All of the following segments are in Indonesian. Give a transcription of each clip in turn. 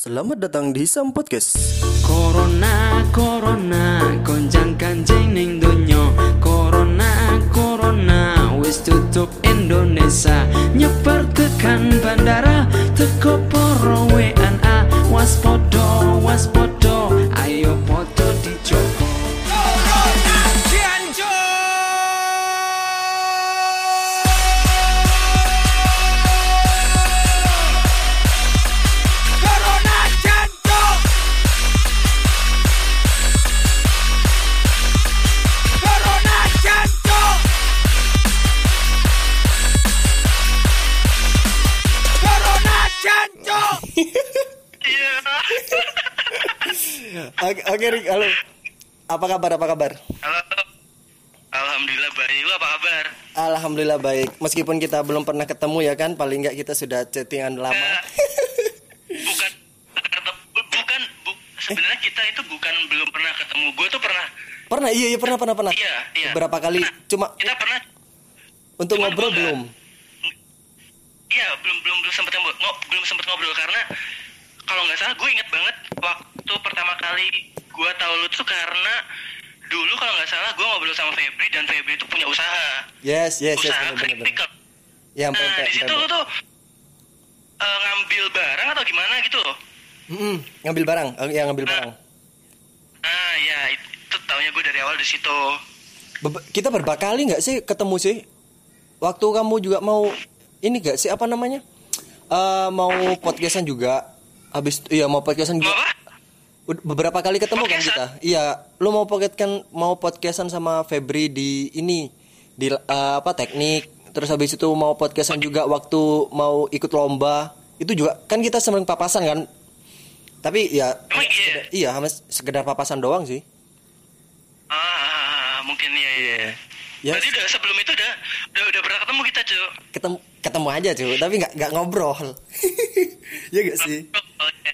Selamat datang di Sam Podcast. Corona, corona, gonjang ganjing ning donya. Corona, corona, wis tutup Indonesia. Nyebar tekan bandara, teko poro WNA. Waspodo, waspodo, ayo foto dijogo. Corona Cianjur. Corona Cianjur. Corona Cianjur. Corona Cianjur. Oke, Rik, halo. Apa kabar? Halo. Alhamdulillah baik. Lu apa kabar? Alhamdulillah baik. Meskipun kita belum pernah ketemu ya kan, paling nggak kita sudah chattingan lama. Sebenarnya kita itu bukan belum pernah ketemu. Gue tuh pernah. Pernah, iya pernah. Iya. Beberapa kali. Pernah. Cuma Kita pernah. untuk Cuman ngobrol gua belum. Iya, belum sempet ngobrol karena kalau nggak salah gue inget banget waktu pertama kali gue tahu lu tuh karena dulu kalau nggak salah gue ngobrol sama Febri dan Febri itu punya usaha. Yes, Usaha benar. keripik. Ya, Nah, di situ lu tuh ngambil barang atau gimana gitu loh. ngambil barang. Ngambil barang. Ah ya, itu taunya gue dari awal di situ. Kita berapa kali nggak sih ketemu sih? Waktu kamu juga mau ini nggak sih apa namanya? Mau podcastan juga. Mau podcastan juga. Mau apa? Beberapa kali ketemu kan Podcastan? kita. Iya, lu mau podcastan sama Febri di ini di teknik. Terus habis itu mau podcastan juga waktu mau ikut lomba. Itu juga kan kita sering papasan kan. Tapi ya Emang iya? sekedar papasan doang sih. Mungkin iya. Ya, Berarti sebelum itu udah pernah ketemu kita, Cuk. ketemu aja cuy, tapi nggak ngobrol. Ya gak sih? Oh, iya.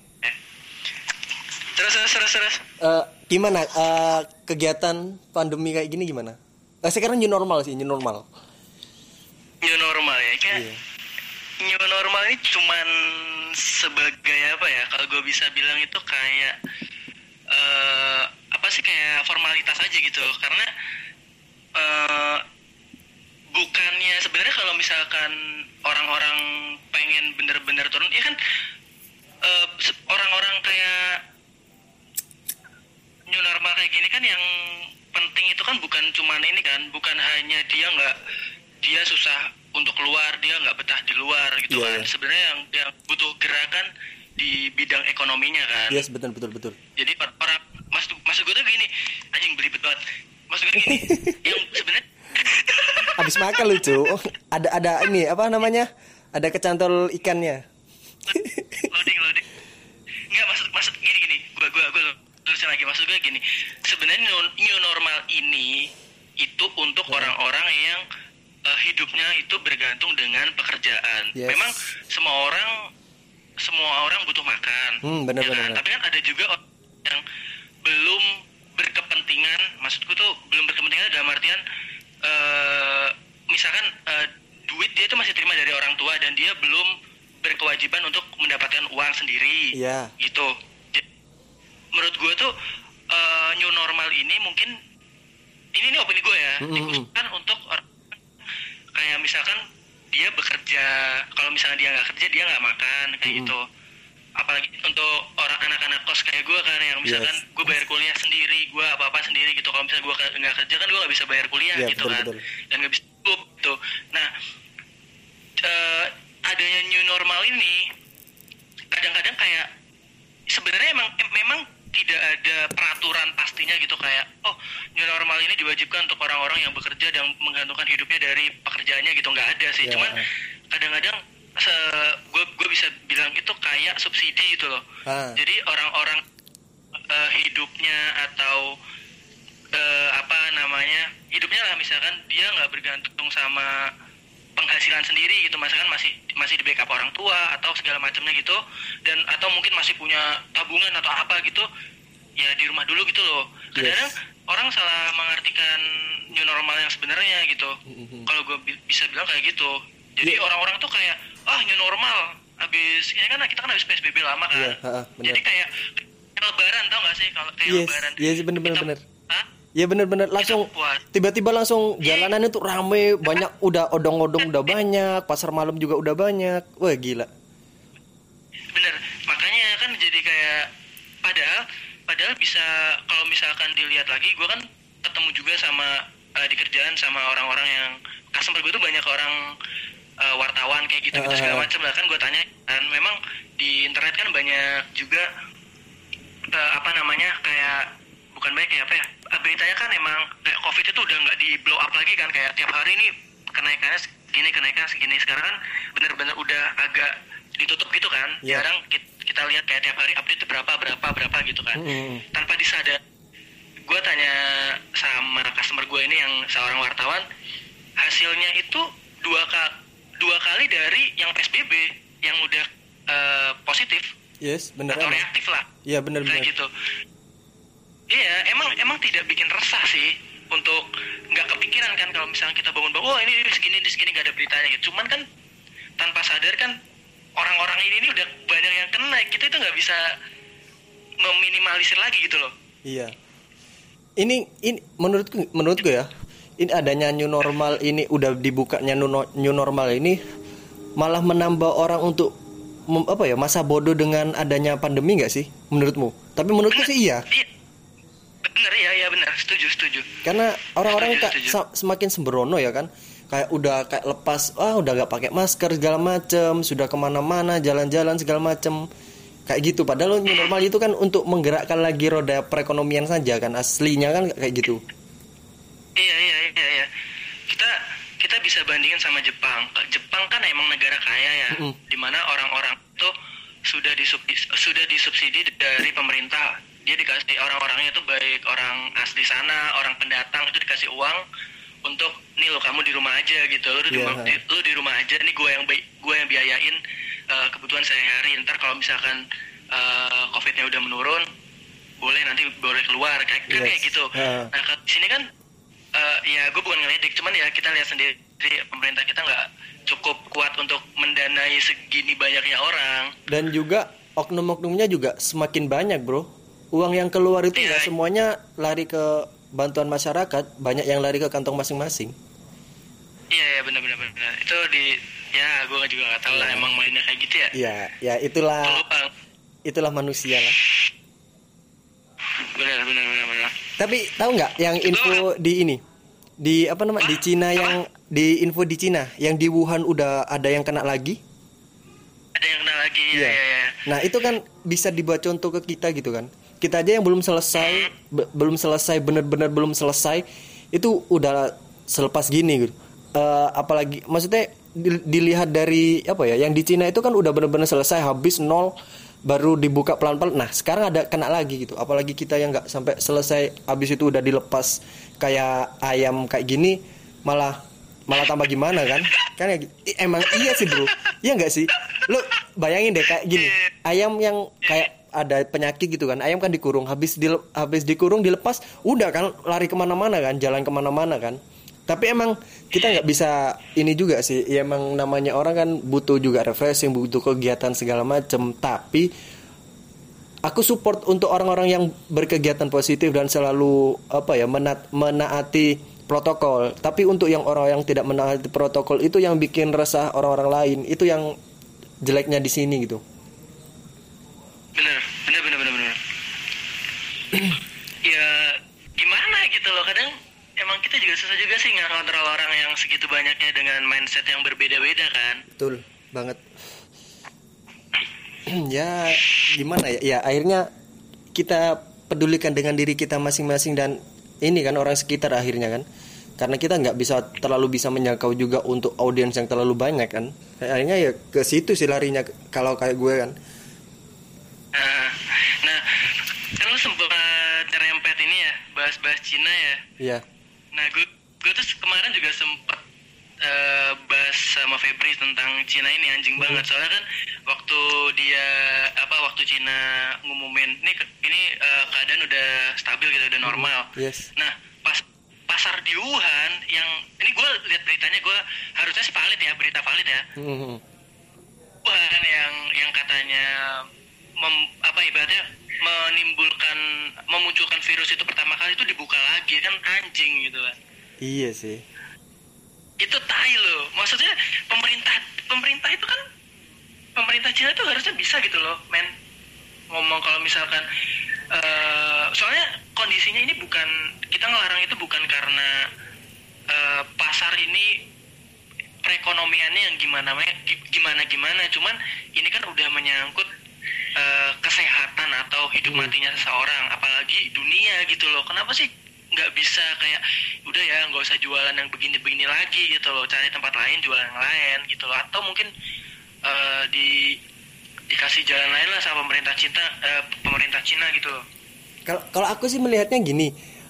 Terus. Gimana kegiatan pandemi kayak gini gimana? Sekarang new normal. New normal ya. Kayak Iya. new normal ini cuman sebagai apa ya? Kalau gue bisa bilang itu kayak kayak formalitas aja gitu. Karena bukannya sebenarnya kalau misalkan orang-orang pengen bener-bener turun, ya kan orang-orang kayak new normal kayak gini kan yang penting itu kan bukan cuman ini kan, bukan hanya dia susah untuk keluar, dia nggak betah di luar gitu Iya, kan. iya. Sebenarnya yang butuh gerakan di bidang ekonominya kan. Yes, betul. Jadi orang maksud gue tuh gini, anjing belibet banget. Maksud gue gini, yang sebenarnya Habis makan lucu. Ada ini apa namanya? Ada kecantol ikannya. loading. Enggak, maksud gini. Gue lurusin lagi. Maksud gue gini. Sebenarnya new normal ini itu untuk orang-orang yang hidupnya itu bergantung dengan pekerjaan. Yes. Memang semua orang butuh makan. Benar. Tapi kan ada juga orang yang belum berkepentingan. Maksudku tuh belum berkepentingan dalam artian misalkan duit dia itu masih terima dari orang tua dan dia belum berkewajiban untuk mendapatkan uang sendiri. Iya. Gitu. Jadi, menurut gue tuh new normal ini mungkin ini opini gue ya, dikhususkan untuk orang kayak misalkan dia bekerja, kalau misalnya dia nggak kerja dia nggak makan kayak gitu. Apalagi untuk orang anak-anak kos kayak gue kan, yang misalkan Yes. gue bayar kuliah sendiri, gue apa sendiri gitu. Kalau misalnya gue nggak kerja kan gue nggak bisa bayar kuliah Iya, gitu betul. dan nggak bisa hidup gitu. Nah, adanya new normal ini kadang-kadang kayak sebenarnya memang tidak ada peraturan pastinya gitu, kayak new normal ini diwajibkan untuk orang-orang yang bekerja dan menggantungkan hidupnya dari pekerjaannya gitu, nggak ada sih. Ya. Cuman kadang-kadang gue bisa bilang itu kayak subsidi gitu loh. Jadi orang-orang hidupnya atau hidupnya lah, misalkan dia nggak bergantung sama penghasilan sendiri gitu, misalkan masih di backup orang tua atau segala macamnya gitu, dan atau mungkin masih punya tabungan atau apa gitu ya, di rumah dulu gitu loh. Kadang-kadang orang salah mengartikan new normal yang sebenarnya gitu. Kalau gue bisa bilang kayak gitu. Jadi orang-orang tuh kayak new normal ini kan kita kan habis PSBB lama kan. Iya, bener. Jadi kayak lebaran, tau gak sih kalau kayak Yes, lebaran. iya sih bener. Hah? Iya bener langsung puas. tiba-tiba langsung jalanan itu rame, banyak udah odong-odong udah banyak, pasar malam juga udah banyak. Wah gila. Bener, makanya kan jadi kayak padahal bisa kalau misalkan dilihat lagi, gue kan ketemu juga sama di kerjaan sama orang-orang yang customer gue tuh banyak orang wartawan kayak gitu segala macam lah kan gue tanya, dan memang di internet kan banyak juga kayak bukan baik kayak apa ya, beritanya kan emang kayak COVID itu udah nggak di blow up lagi kan, kayak tiap hari ini kenaikannya segini. Sekarang kan bener-bener udah agak ditutup gitu kan. Jarang kita lihat kayak tiap hari update itu berapa gitu kan. Tanpa disadar, gue tanya sama customer gue ini yang seorang wartawan, hasilnya itu dua kali dari yang PSBB yang udah positif. Yes, bener atau reaktif lah. Iya bener. Kayak gitu. Iya, emang tidak bikin resah sih, untuk nggak kepikiran kan kalau misalnya kita bangun, oh ini segini nggak ada beritanya gitu. Cuman kan tanpa sadar kan orang-orang ini udah banyak yang kena, kita itu nggak bisa meminimalisir lagi gitu loh. Iya. Ini menurutku ya, ini adanya new normal ini, udah dibukanya new normal ini malah menambah orang untuk masa bodoh dengan adanya pandemi nggak sih menurutmu? Tapi menurutku sih iya. Bener ya bener, setuju. Karena orang-orang semakin sembrono ya kan, kayak udah kayak lepas, udah nggak pakai masker segala macem, sudah kemana-mana jalan-jalan segala macem kayak gitu. Padahal new normal itu kan untuk menggerakkan lagi roda perekonomian saja kan, aslinya kan kayak gitu. Iya. Kita bisa bandingin sama Jepang. Jepang kan emang negara kaya ya, dimana orang-orang itu sudah disubsidi dari pemerintah. Dia dikasih, orang-orangnya itu baik orang asli sana, orang pendatang itu dikasih uang untuk nih lo kamu di rumah aja gitu, lo di rumah aja, nih gue yang biayain kebutuhan sehari-hari. Ntar kalau misalkan COVID-nya udah menurun, boleh keluar kayak gitu. Nah di sini kan ya gue bukan ngeledik, cuman ya kita lihat sendiri pemerintah kita nggak cukup kuat untuk mendanai segini banyaknya orang. Dan juga oknum-oknumnya juga semakin banyak bro. Uang yang keluar itu nggak semuanya lari ke bantuan masyarakat, banyak yang lari ke kantong masing-masing. Iya benar. Itu gue juga nggak tahu lah, emang mainnya kayak gitu ya. Ya itulah manusia lah. Benar. Tapi tahu nggak yang info di Cina, yang di info di Cina yang di Wuhan udah ada yang kena lagi? Ada yang kena lagi, ya. Nah itu kan bisa dibuat contoh ke kita gitu kan. Kita aja yang belum selesai, benar-benar belum selesai, itu udah selepas gini gitu. Apalagi maksudnya dilihat dari yang di Cina itu kan udah benar-benar selesai, habis nol, baru dibuka pelan-pelan. Nah sekarang ada kena lagi gitu. Apalagi kita yang nggak sampai selesai, habis itu udah dilepas kayak ayam kayak gini, malah tambah gimana kan emang iya sih bro, iya nggak sih? Lo bayangin deh kayak gini, ayam yang kayak ada penyakit gitu kan, ayam kan dikurung, habis dikurung dilepas, udah kan lari kemana-mana kan, jalan kemana-mana kan. Tapi emang kita nggak bisa ini juga sih, ya emang namanya orang kan butuh juga refreshing, butuh kegiatan segala macem. Tapi aku support untuk orang-orang yang berkegiatan positif dan selalu menaati protokol. Tapi untuk yang orang yang tidak menaati protokol itu yang bikin resah orang-orang lain, itu yang jeleknya di sini gitu. Bener. Ya gimana gitu loh, kadang emang kita juga susah juga sih ngontrol orang yang segitu banyaknya dengan mindset yang berbeda-beda kan. Betul banget. Ya gimana ya, ya akhirnya kita pedulikan dengan diri kita masing-masing dan ini kan orang sekitar akhirnya kan, karena kita nggak terlalu bisa menjangkau juga untuk audiens yang terlalu banyak kan. Akhirnya ya ke situ sih larinya kalau kayak gue kan. Nah kan lu sempat nyerempet ini ya, bahas Cina ya. Iya. Nah gue tuh kemarin juga sempat bahas sama Febri tentang Cina ini, anjing banget. Soalnya kan waktu Cina ngumumin ini keadaan udah stabil gitu, udah normal. Yes. Nah pasar di Wuhan yang ini gue lihat beritanya, gue harusnya sih berita valid ya. Tuhan yang katanya ibaratnya memunculkan virus itu pertama kali itu dibuka lagi kan anjing gitu kan. Iya sih. Itu tai loh. Maksudnya pemerintah itu kan pemerintah Cina itu harusnya bisa gitu loh, men. Ngomong kalau misalkan soalnya kondisinya ini bukan kita ngelarang itu bukan karena pasar ini perekonomiannya yang gimana, cuman ini kan udah menyangkut kesehatan atau hidup matinya seseorang, apalagi dunia gitu loh. Kenapa sih nggak bisa kayak udah ya nggak usah jualan yang begini lagi gitu loh, cari tempat lain jualan yang lain gitu loh, atau mungkin dikasih jalan lain lah sama pemerintah Cina gitu loh. Kalau aku sih melihatnya gini,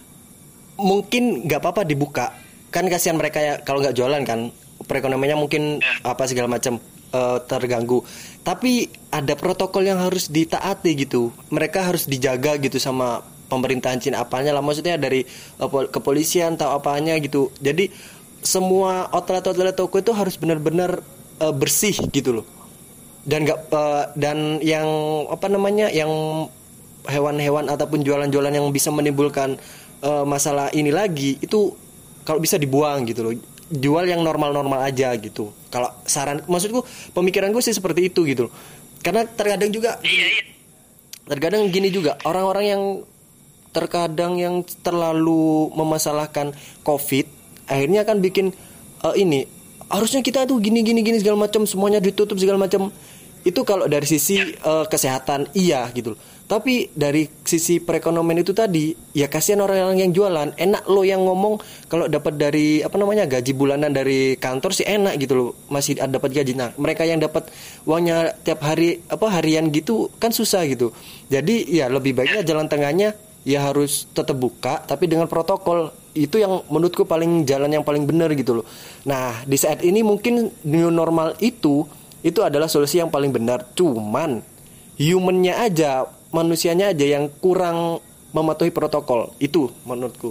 mungkin nggak apa-apa dibuka, kan kasihan mereka ya kalau nggak jualan kan, perekonomiannya mungkin apa segala macam terganggu. Tapi ada protokol yang harus ditaati gitu. Mereka harus dijaga gitu sama pemerintahan Cina apanya lah, maksudnya dari kepolisian atau apanya gitu. Jadi semua outlet toko itu harus benar-benar bersih gitu loh. Dan dan yang yang hewan-hewan ataupun jualan-jualan yang bisa menimbulkan masalah ini lagi itu kalau bisa dibuang gitu loh. Jual yang normal-normal aja gitu. Kalau saran, maksudku pemikiran gue sih seperti itu gitu. Karena terkadang juga terkadang gini juga, orang-orang yang terkadang yang terlalu memasalahkan COVID akhirnya kan bikin ini harusnya kita tuh gini segala macam, semuanya ditutup segala macam. Itu kalau dari sisi kesehatan iya gitu. Tapi dari sisi perekonomian itu tadi, ya kasihan orang yang jualan. Enak lo yang ngomong kalau dapat dari gaji bulanan dari kantor sih enak gitu loh, masih ada dapat gaji. Nah, mereka yang dapat uangnya tiap hari harian gitu kan susah gitu. Jadi ya lebih baiknya jalan tengahnya ya harus tetap buka tapi dengan protokol. Itu yang menurutku jalan yang paling benar gitu loh. Nah, di saat ini mungkin new normal itu adalah solusi yang paling benar. Cuman humannya aja, manusianya aja yang kurang mematuhi protokol. Itu menurutku.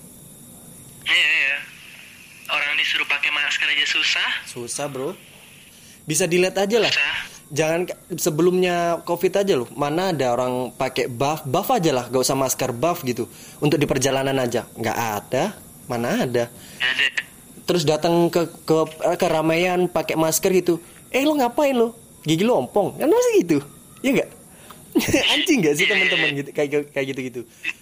Iya. Orang disuruh pakai masker aja susah bro. Bisa dilihat aja lah. Susah. Jangan sebelumnya COVID aja loh. Mana ada orang pakai buff aja lah, gak usah masker, buff gitu untuk di perjalanan aja. Nggak ada. Mana ada. Ada. Terus datang ke keramaian pakai masker gitu. Lo ngapain lo? Gigi lo ompong. Kan masih gitu. Iya enggak? Anjing enggak sih teman-teman gitu kayak gitu-gitu.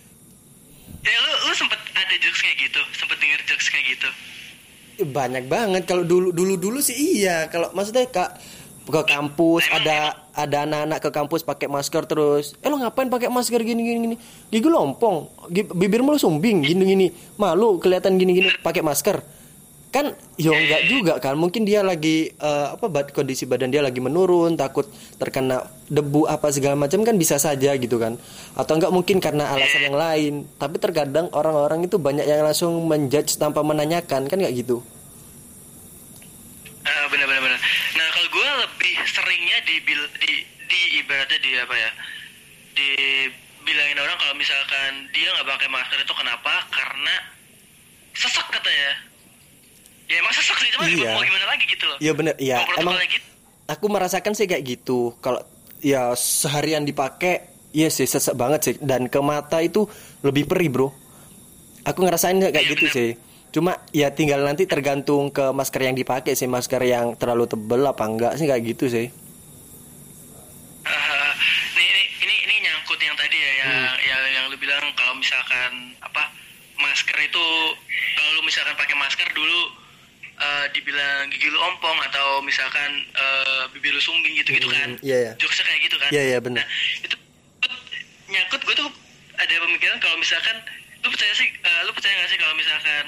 Ya lu sempet ada jokes kayak gitu, sempet denger jokes kayak gitu. Banyak banget kalau dulu sih iya. Kalau maksudnya ke kampus ada anak-anak ke kampus pakai masker terus. Lo ngapain pakai masker gini. Gigi lo ompong, bibirmu lo sumbing gini. Malu kelihatan gini pakai masker. Kan enggak juga kan, mungkin dia lagi kondisi badan dia lagi menurun, takut terkena debu apa segala macam kan bisa saja gitu kan, atau enggak mungkin karena alasan yang lain. Tapi terkadang orang-orang itu banyak yang langsung menjudge tanpa menanyakan kan nggak gitu. Benar. Nah kalau gue lebih seringnya di ibaratnya dibilangin orang kalau misalkan dia nggak pakai masker itu kenapa? Karena sesek katanya. Ya emang sesek sih, cuma mau gimana lagi gitu loh. Iya benar, iya. Emang gitu. Aku merasakan sih kayak gitu. Kalau ya seharian dipakai, iya sih sesek banget sih. Dan ke mata itu lebih perih bro. Aku ngerasain kayak gitu sih. Cuma ya tinggal nanti tergantung ke masker yang dipakai sih. Masker yang terlalu tebal apa enggak sih kayak gitu sih. Ini nyangkut yang tadi ya, yang lu bilang kalau misalkan masker itu kalau lu misalkan pakai masker dulu dibilang gigi lu ompong atau misalkan bibir lu sumbing gitu kan. Iya. Jokesnya kayak gitu kan. Iya benar. Nah, itu nyangkut gue tuh ada pemikiran kalau misalkan lu percaya nggak sih kalau misalkan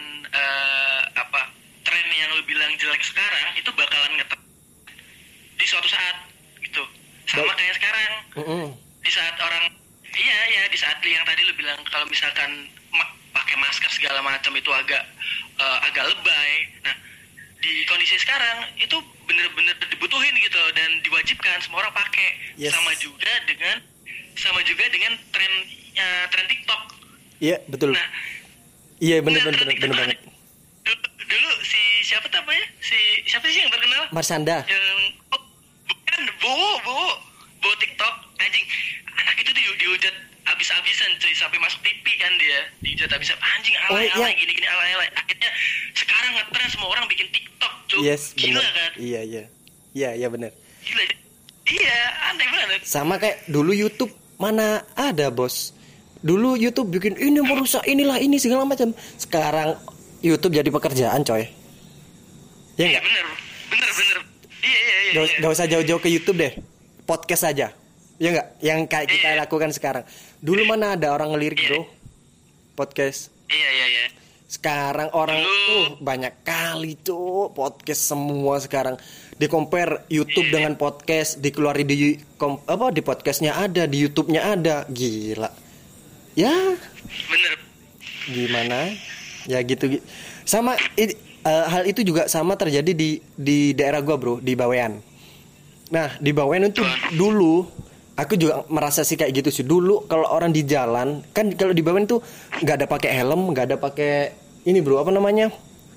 tren yang lu bilang jelek sekarang itu bakalan ngetren di suatu saat gitu. Sama kayak sekarang. Di saat orang di saat yang tadi lu bilang kalau misalkan pakai masker segala macam itu agak lebay. Nah, di kondisi sekarang itu bener-bener dibutuhin gitu dan diwajibkan semua orang pakai. Yes. Sama juga dengan tren TikTok. Iya betul. Nah, iya bener banget. Dulu si siapa namanya? Siapa sih yang terkenal? Marshanda. Yang bawa TikTok anjing. Anak itu dihujat abis-abisan cuy, sampai masuk TV kan dia dihujat abis anjing alay gini alay. Akhirnya sekarang ngetren semua orang bikin TikTok cuy. Yes, gila bener. kan. Iya benar. Gila. Iya, aneh banget. Sama kayak dulu YouTube, mana ada bos. Dulu YouTube bikin ini merusak inilah ini segala macam. Sekarang YouTube jadi pekerjaan coy. Ya enggak? Bener. Iya. Gak usah jauh-jauh ke YouTube deh. Podcast aja. Ya enggak? Yang kayak kita lakukan sekarang. Dulu mana ada orang ngelirik bro. Podcast. Iya. Sekarang orang banyak kali tuh podcast semua sekarang. Di compare YouTube dengan podcast, dikeluarin di podcastnya ada, di YouTube-nya ada. Gila. Ya. Bener. Gimana? Ya gitu. Sama hal itu juga sama terjadi di daerah gua, bro, di Bawean. Nah, di Bawean itu dulu aku juga merasa sih kayak gitu sih. Dulu kalau orang di jalan, kan kalau di Bawean tuh nggak ada pakai helm, nggak ada pakai ini, bro, apa namanya?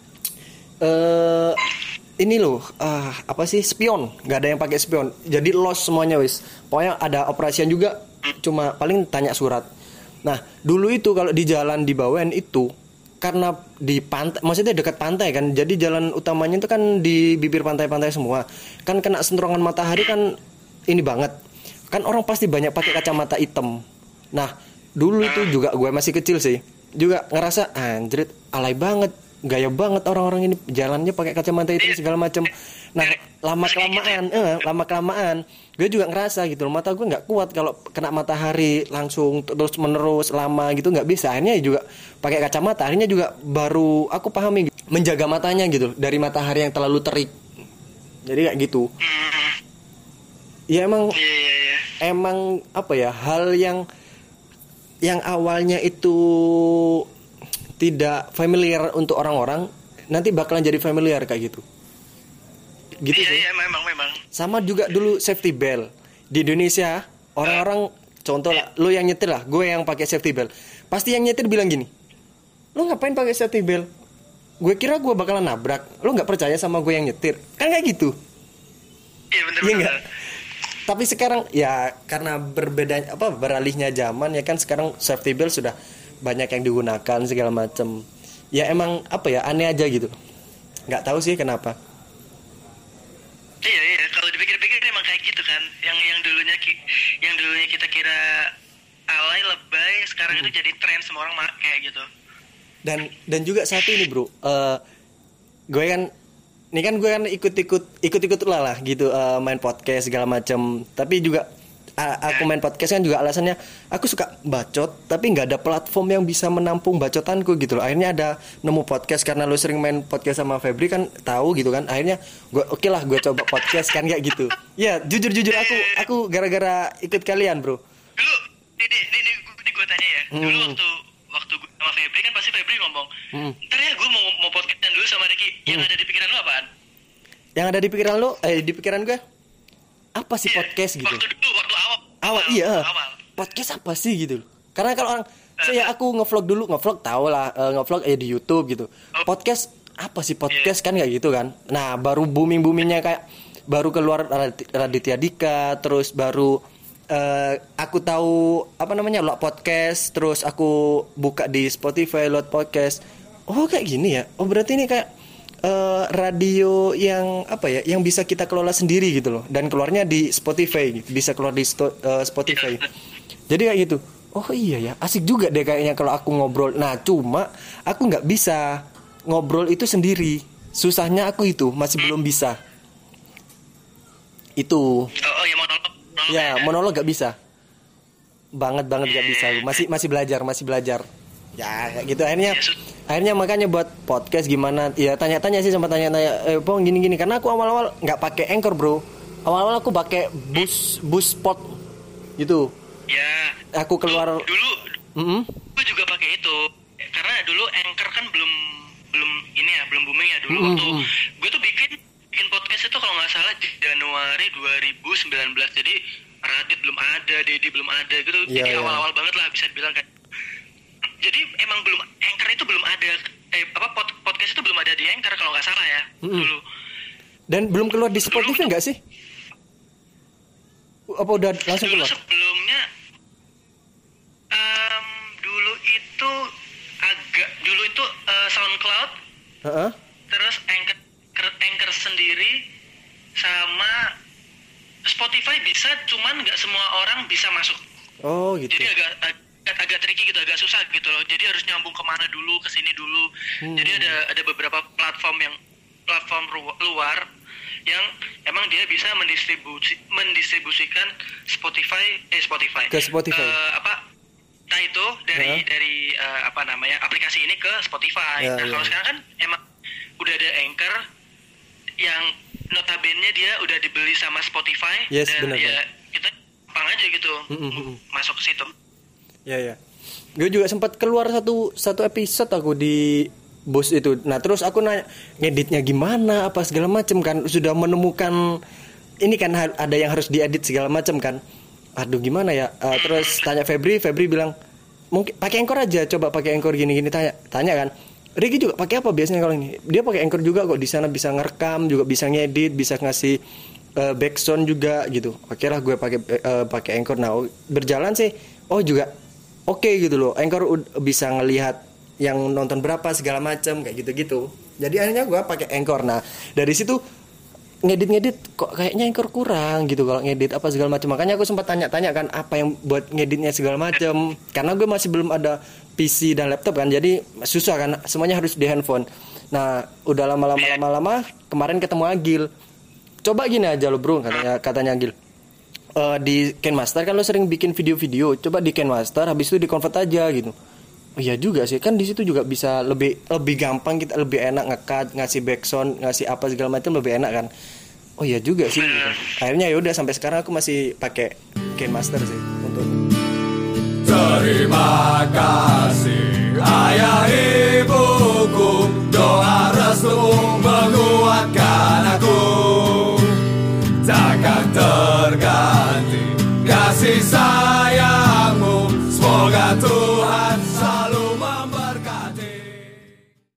Ini loh, apa sih, spion? Nggak ada yang pakai spion. Jadi lost semuanya wis. Pokoknya ada operasian juga, cuma paling tanya surat. Nah, dulu itu kalau di jalan di Bawean itu karena di pantai, maksudnya dekat pantai kan. Jadi jalan utamanya itu kan di bibir pantai-pantai semua. Kan kena senterongan matahari kan ini banget. Kan orang pasti banyak pakai kacamata hitam. Nah, dulu itu juga gue masih kecil sih. Juga ngerasa anjrit, alay banget. Gaya banget orang-orang ini jalannya pakai kacamata hitam segala macam. Nah, lama kelamaan gue juga ngerasa gitu loh, mata gue nggak kuat kalau kena matahari langsung terus menerus lama gitu, nggak bisa. Akhirnya juga pakai kacamata. Akhirnya juga baru aku pahami gitu, menjaga matanya gitu dari matahari yang terlalu terik. Jadi kayak gitu. Ya emang apa ya, hal yang awalnya itu tidak familiar untuk orang-orang nanti bakalan jadi familiar kayak gitu. Gitu sih. Iya, memang. Sama juga dulu safety belt di Indonesia, orang-orang contoh lah, lo yang nyetir lah, gue yang pakai safety belt. Pasti yang nyetir bilang gini, lo ngapain pakai safety belt? Gue kira gue bakalan nabrak. Lo nggak percaya sama gue yang nyetir? Kan kayak gitu. Iya bener. Iya. Tapi sekarang ya karena beralihnya zaman ya kan, sekarang safety belt sudah banyak yang digunakan segala macam. Ya emang aneh aja gitu. Nggak tahu sih kenapa. Iya, kalau dipikir-pikir emang kayak gitu kan. Yang dulunya kita kira alay, lebay, sekarang itu jadi tren, semua orang kayak gitu. Dan juga satu ini, bro. Gue kan ikut lah gitu, main podcast segala macam. Tapi juga aku main podcast kan juga alasannya aku suka bacot, tapi nggak ada platform yang bisa menampung bacotanku gitu loh. Akhirnya ada nemu podcast karena lu sering main podcast sama Febri kan, tahu gitu kan. Akhirnya gue gue coba podcast kan kayak gitu. Ya jujur aku gara-gara ikut kalian, bro. Dulu ini gue tanya ya. Dulu waktu gue sama Febri kan pasti Febri ngomong, ntar ya gue mau podcastan dulu sama Ricky. Yang ada di pikiran lu apaan? Yang ada di pikiran lu? Di pikiran gue apa sih podcast gitu? Waktu awal podcast apa sih gitu? Karena kalau orang aku ngevlog tau lah, ngevlog di YouTube gitu. Podcast apa sih podcast kan kayak gitu kan? Nah baru boomingnya kayak baru keluar Raditya Dika, terus baru aku tahu Load Podcast, terus aku buka di Spotify Load Podcast. Oh kayak gini ya? Oh berarti ini kayak radio yang yang bisa kita kelola sendiri gitu loh, dan keluarnya di Spotify, bisa keluar di Spotify. Jadi kayak gitu. Oh iya ya, asik juga deh kayaknya kalau aku ngobrol. Nah cuma aku nggak bisa ngobrol itu sendiri. Susahnya aku itu masih belum bisa. Itu. Monolog nggak bisa. Banget nggak bisa. Masih belajar. Ya kayak gitu. Akhirnya makanya buat podcast gimana? Ya tanya-tanya sih, sama tanya-tanya Bang gini-gini, karena aku awal-awal nggak pakai Anchor, bro. Awal-awal aku pakai Buzzsprout gitu. Ya. Aku keluar dulu. Aku juga pakai itu. Karena dulu Anchor kan belum booming ya dulu. Waktu gue tuh bikin podcast itu kalau nggak salah di Januari 2019. Jadi Radit belum ada, Dedi belum ada gitu. Jadi awal-awal banget lah bisa dibilang kayak. Jadi emang belum, Anchor itu belum ada, podcast itu belum ada di Anchor kalau nggak salah ya dulu. Dan belum keluar di Spotify nggak sih? Dan belum keluar di Spotify nggak sih? Belum. Apa udah langsung Dulu keluar? sebelumnya dulu itu SoundCloud, Heeh. terus Anchor sendiri sama Spotify bisa, cuman nggak semua orang bisa masuk. Oh gitu. Jadi agak tricky gitu, agak susah gitu loh. Jadi harus nyambung kemana dulu, kesini dulu. Jadi ada beberapa platform luar yang emang dia bisa mendistribusikan Spotify Ke Spotify. Entah itu dari aplikasi ini ke Spotify. Ya, Nah ya. kalau sekarang kan emang udah ada Anchor yang notabene dia udah dibeli sama Spotify. Yes, dan benar, ya benar. kita gampang aja gitu masuk ke situ. Ya. Gue juga sempat keluar satu episode aku di bos itu. Nah terus aku nanya ngeditnya gimana apa segala macem kan, sudah menemukan ini kan ada yang harus diedit segala macem kan. Aduh gimana ya. Terus tanya Febri bilang mungkin pakai Anchor aja, coba pakai Anchor gini tanya kan. Ricky juga pakai apa biasanya kalau ini? Dia pakai Anchor juga kok, di sana bisa ngerekam juga, bisa ngedit, bisa ngasih backsound juga gitu. Oke lah gue pakai Anchor. Nah berjalan sih juga oke gitu loh. Anchor bisa ngelihat yang nonton berapa segala macam kayak gitu-gitu. Jadi akhirnya gue pakai Anchor. Nah dari situ ngedit kok kayaknya Anchor kurang gitu kalau ngedit apa segala macam. Makanya aku sempat tanya-tanya kan apa yang buat ngeditnya segala macam. Karena gue masih belum ada PC dan laptop kan, jadi susah kan, semuanya harus di handphone. Nah udah lama kemarin ketemu Agil. Coba gini aja lo bro, katanya Agil. Di KineMaster kan lo sering bikin video-video, coba di KineMaster habis itu di convert aja gitu. Oh iya juga sih, kan di situ juga bisa lebih gampang, kita lebih enak nge-cut, ngasih backsound, ngasih apa segala macam lebih enak kan. Oh iya juga sih gitu. Akhirnya ya udah sampai sekarang aku masih pakai KineMaster sih untuk Terima kasih.